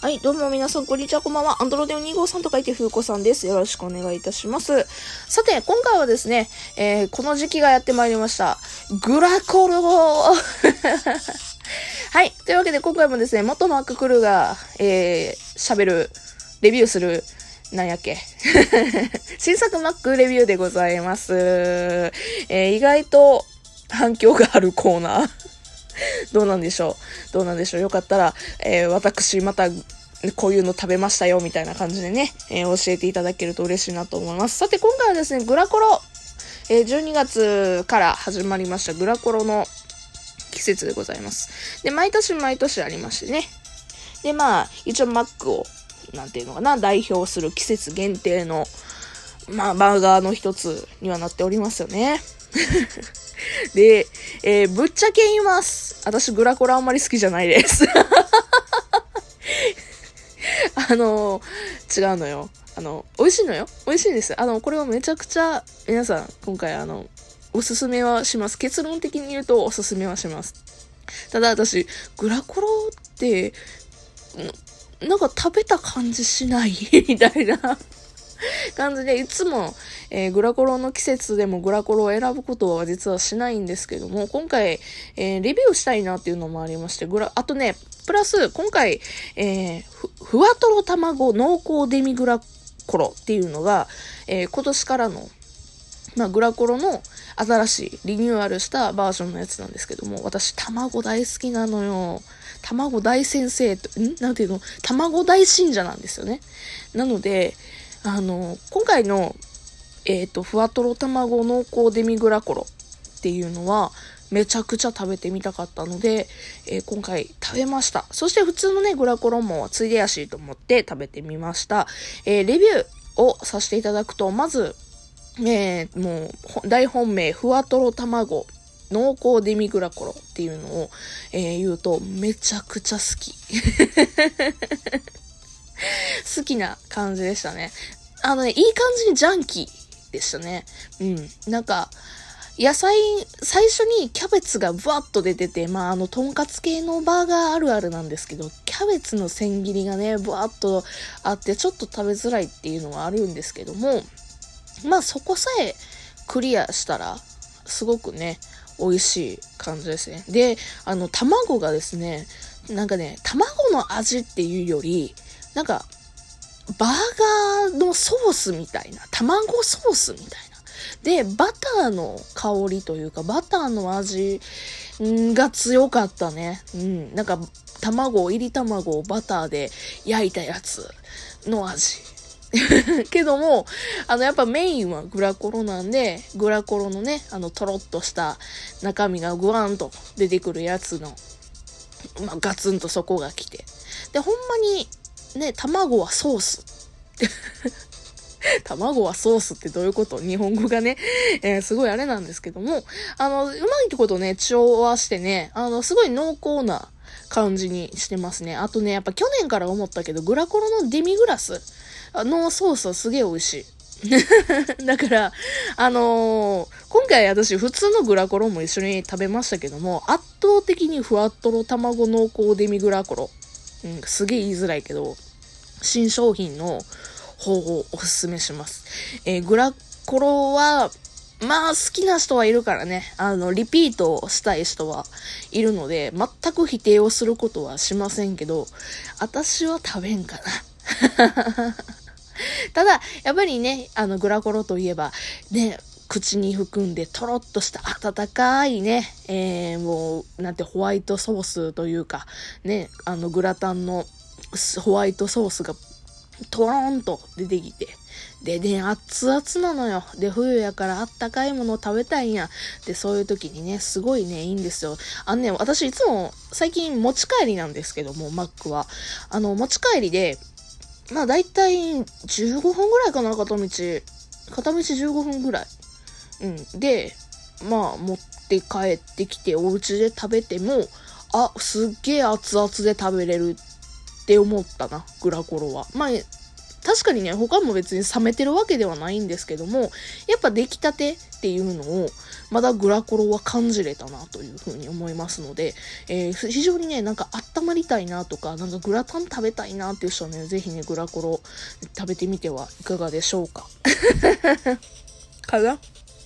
はい、どうも皆さん、こんにちは、こんばんは。アンドロデオ2号さんと書いて、ふうこさんです。よろしくお願いいたします。さて、今回はですね、この時期がやってまいりました。グラコロはい、というわけで今回もですね、元マッククルーが、喋る、レビューする、なんやっけ新作マックレビューでございます。意外と反響があるコーナー。どうなんでしょう。よかったら、私またこういうの食べましたよみたいな感じでね、教えていただけると嬉しいなと思います。さて今回はですね、グラコロ、12月から始まりましたグラコロの季節でございます。で、毎年ありましてね。で、まあ、一応マックを、なんていうのかな、代表する季節限定の、まあ、バーガーの一つにはなっておりますよね。で、ぶっちゃけ言います。私、グラコロあんまり好きじゃないです。違うのよ。美味しいのよ。美味しいんです。これをめちゃくちゃ、皆さん、今回おすすめはします。結論的に言うと、おすすめはします。ただ私、グラコロって、なんか食べた感じしないみたいな感じで、いつも、グラコロの季節でもグラコロを選ぶことは実はしないんですけども、今回、レビューしたいなっていうのもありまして、あとね、プラス、今回、ふわとろ卵濃厚デミグラコロっていうのが、今年からの、まあ、グラコロの新しいリニューアルしたバージョンのやつなんですけども、私、卵大好きなのよ。卵大先生と、なんていうの？卵大信者なんですよね。なので、今回の、ふわとろ卵濃厚デミグラコロっていうのは、めちゃくちゃ食べてみたかったので、今回食べました。そして普通のね、グラコロもついでやしと思って食べてみました。レビューをさせていただくと、まず、もう、大本命、ふわとろ卵濃厚デミグラコロっていうのを、言うと、めちゃくちゃ好き。好きな感じでしたね。いい感じにジャンキーでしたね。なんか、野菜、最初にキャベツがブワッと出てて、まあ、とんかつ系のバーガーあるあるなんですけど、キャベツの千切りがね、ブワッとあって、ちょっと食べづらいっていうのはあるんですけども、まあ、そこさえクリアしたら、すごくね、美味しい感じですね。で、卵がですね、なんかね、卵の味っていうより、なんか、バーガーのソースみたいな、卵ソースみたいな。で、バターの香りというか、バターの味が強かったね。なんか、入り卵をバターで焼いたやつの味。けども、やっぱメインはグラコロなんで、グラコロのね、とろっとした中身がグワンと出てくるやつの、まあ、ガツンとそこが来て。で、ほんまに、ね、卵はソース。卵はソースってどういうこと？日本語がね、すごいあれなんですけども、うまいことね、調和してね、すごい濃厚な感じにしてますね。あとね、やっぱ去年から思ったけど、グラコロのデミグラスのソースはすげえ美味しい。だから、今回私普通のグラコロも一緒に食べましたけども、圧倒的にふわっとろ卵濃厚デミグラコロ。すげえ言いづらいけど、新商品の方をおすすめします。グラコロは、まあ好きな人はいるからね、リピートしたい人はいるので、全く否定をすることはしませんけど、私は食べんかな。ただ、やっぱりね、グラコロといえば、ね、口に含んでとろっとした温かいね、もう、なんてホワイトソースというか、ね、グラタンのホワイトソースがトローンと出てきて、でね、熱々なのよ。で、冬やからあったかいものを食べたいんや。で、そういう時にね、すごいね、いいんですよ。私いつも最近持ち帰りなんですけども、マックは。持ち帰りで、まあ大体15分ぐらいかな、片道15分ぐらい。で、まあ持って帰ってきてお家で食べても、すっげえ熱々で食べれるって思ったな、グラコロは。まあ、 確かにね、他も別に冷めてるわけではないんですけども、やっぱ出来たてっていうのを、まだグラコロは感じれたなというふうに思いますので、非常にね、なんか温まりたいなとか、なんかグラタン食べたいなっていう人はね、ぜひね、グラコロ食べてみてはいかがでしょうか。かな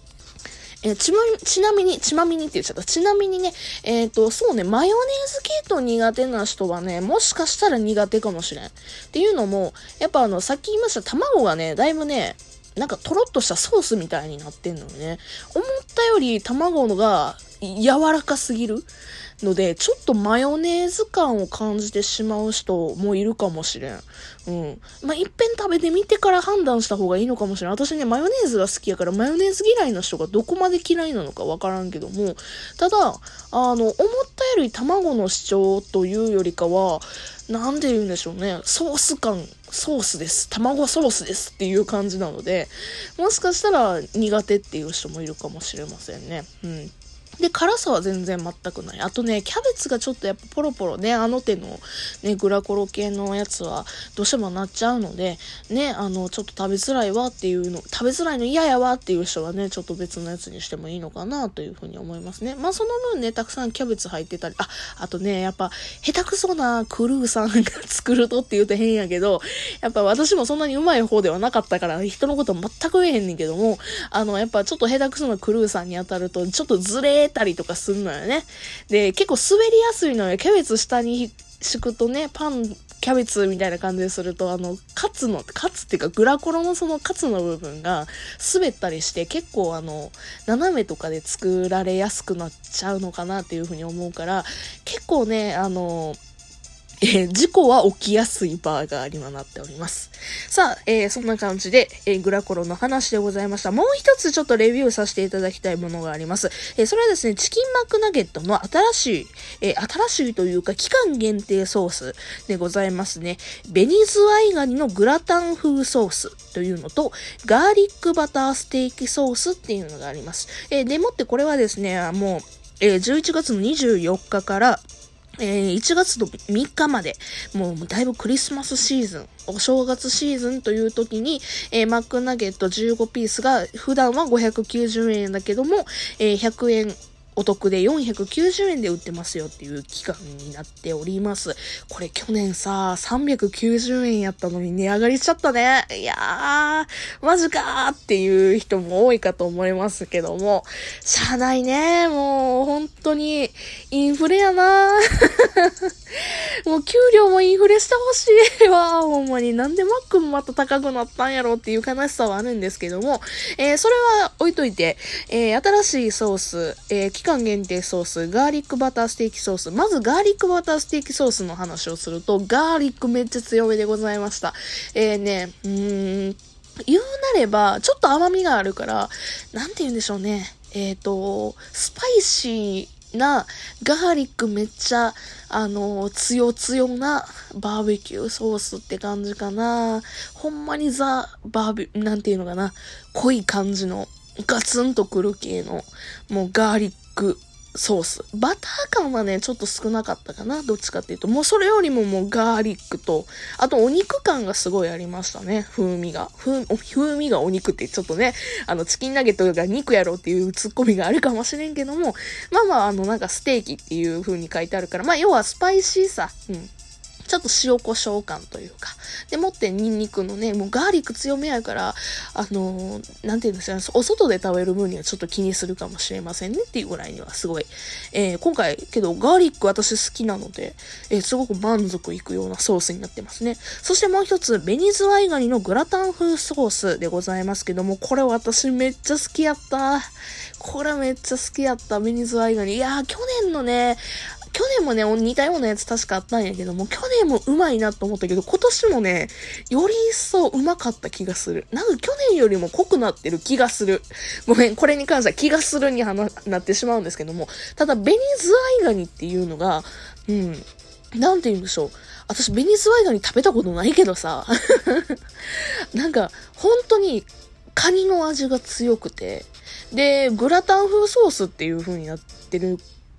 ちなみにって言っちゃった。ちなみにね、そうね、マヨネーズ系統苦手な人はね、もしかしたら苦手かもしれん。っていうのも、やっぱさっき言いました卵がね、だいぶね、なんかトロッとしたソースみたいになってんのよね。思ったより卵のが柔らかすぎるので、ちょっとマヨネーズ感を感じてしまう人もいるかもしれん。まあ、いっぺん食べてみてから判断した方がいいのかもしれん。私ね、マヨネーズが好きやから、マヨネーズ嫌いな人がどこまで嫌いなのかわからんけども、ただ、思ったより卵の主張というよりかは、なんで言うんでしょうね。ソースです。卵ソースですっていう感じなので、もしかしたら苦手っていう人もいるかもしれませんね。で、辛さは全然全くない。あとね、キャベツがちょっとやっぱポロポロね、手のね、グラコロ系のやつはどうしてもなっちゃうので、ね、ちょっと食べづらいわっていうの、食べづらいの嫌やわっていう人はね、ちょっと別のやつにしてもいいのかなというふうに思いますね。まあその分ね、たくさんキャベツ入ってたり、あとね、やっぱ下手くそなクルーさんが作るとって言うと変やけど、やっぱ私もそんなにうまい方ではなかったから、人のこと全く言えへんねんけども、やっぱちょっと下手くそなクルーさんに当たると、ちょっとずれたりとかするのよね。で、結構滑りやすいのよ。キャベツ下に敷くとね、キャベツみたいな感じですると、カツっていうか、グラコロのそのカツの部分が滑ったりして、結構斜めとかで作られやすくなっちゃうのかなっていうふうに思うから、結構ね、事故は起きやすいバーガーにはなっております。さあ、そんな感じで、グラコロの話でございました。もう一つちょっとレビューさせていただきたいものがあります。それはですね、チキンマックナゲットの新しいというか期間限定ソースでございますね。紅ズワイガニのグラタン風ソースというのと、ガーリックバターステーキソースっていうのがあります。でもってこれはですね、もう、11月の24日から、1月の3日まで、もうだいぶクリスマスシーズン、お正月シーズンという時に、マックナゲット15ピースが普段は590円だけども、100円お得で490円で売ってますよっていう期間になっております。これ去年さ、390円やったのに値上がりしちゃったね。いやー、マジかーっていう人も多いかと思いますけども、しゃあないね。もう本当にインフレやなもう給料もインフレしてほしいわ。ほんまに。なんでマックもまた高くなったんやろっていう悲しさはあるんですけども、それは置いといて、新しいソース、期間限定ソース、ガーリックバターステーキソース。まずガーリックバターステーキソースの話をすると、ガーリックめっちゃ強めでございました。言うなれば、ちょっと甘みがあるから、なんて言うんでしょうね。スパイシーなガーリックめっちゃ強なバーベキューソースって感じかな。ほんまになんていうのかな、濃い感じのガツンとくる系のもうガーリックソース。バター感はね、ちょっと少なかったかな。どっちかっていうと、もうそれよりももうガーリックと、あとお肉感がすごいありましたね。風味がお肉ってちょっとね、チキンナゲットが肉やろっていうツッコミがあるかもしれんけども、なんかステーキっていう風に書いてあるから、要はスパイシーさ。ちょっと塩コショウ感というか。でもってニンニクのね、もうガーリック強めやから、なんていうんですかね、お外で食べる分にはちょっと気にするかもしれませんねっていうぐらいにはすごい。今回、けどガーリック私好きなので、すごく満足いくようなソースになってますね。そしてもう一つ、紅ズワイガニのグラタン風ソースでございますけども、これ私めっちゃ好きやった。紅ズワイガニ。いやー、去年もね、似たようなやつ確かあったんやけども、去年もうまいなと思ったけど、今年もね、より一層うまかった気がする。なんか去年よりも濃くなってる気がする。ごめん、これに関しては気がするになってしまうんですけども、ただ、紅ズワイガニっていうのが、なんて言うんでしょう。私、紅ズワイガニ食べたことないけどさ、なんか、本当に、カニの味が強くて、で、グラタン風ソースっていう風になってる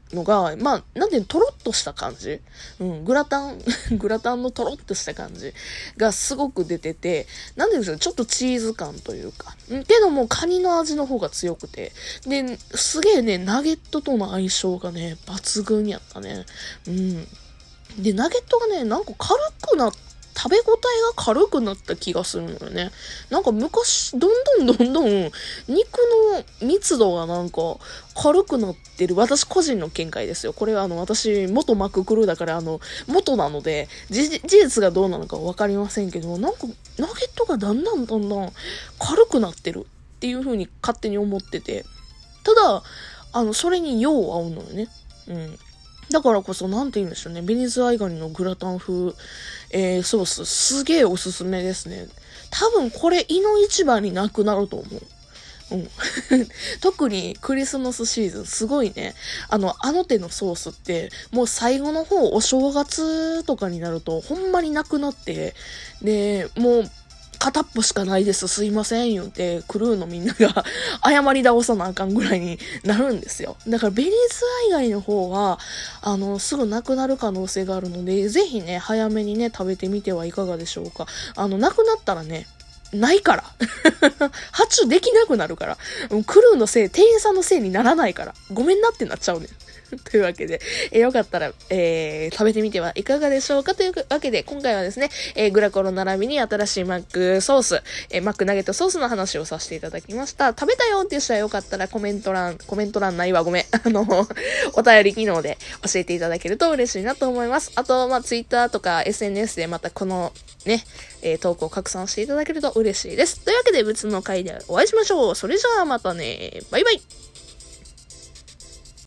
のが、まあ、なんで、とろっとした感じ。グラタンのとろっとした感じがすごく出てて、なんでですか、ちょっとチーズ感というか。けども、カニの味の方が強くて。で、すげえね、ナゲットとの相性がね、抜群やったね。で、ナゲットがね、なんか食べ応えが軽くなった気がするのよね。なんか昔、どんどん肉の密度がなんか軽くなってる。私個人の見解ですよ。これは私、元マククルーだから元なので、事実がどうなのかわかりませんけど、なんか、ナゲットがだんだん軽くなってるっていう風に勝手に思ってて。ただ、それによう合うのよね。だからこそ、なんて言うんでしょうね。ベニズワイガニのグラタン風、ソース、すげえおすすめですね。多分これ、いの一番になくなると思う。特にクリスマスシーズン、すごいね。あの手のソースって、もう最後の方、お正月とかになると、ほんまになくなって、で、もう、片っぽしかないです、すいません、言うて、クルーのみんなが謝り倒さなあかんぐらいになるんですよ。だから、ベニズワイガニの方は、すぐなくなる可能性があるので、ぜひね、早めにね、食べてみてはいかがでしょうか。なくなったらね、ないから。発注できなくなるから。クルーのせい、店員さんのせいにならないから。ごめんなってなっちゃうねん。というわけで、よかったら、食べてみてはいかがでしょうかというわけで、今回はですね、グラコロ並びに新しいマックソース、マックナゲットソースの話をさせていただきました。食べたよっていう人はよかったらコメント欄ないわ、ごめん。お便り機能で教えていただけると嬉しいなと思います。あと、ツイッターとか SNS でまたこのね、投稿を拡散していただけると嬉しいです。というわけで、別の回でお会いしましょう。それじゃあまたね。バイバイ。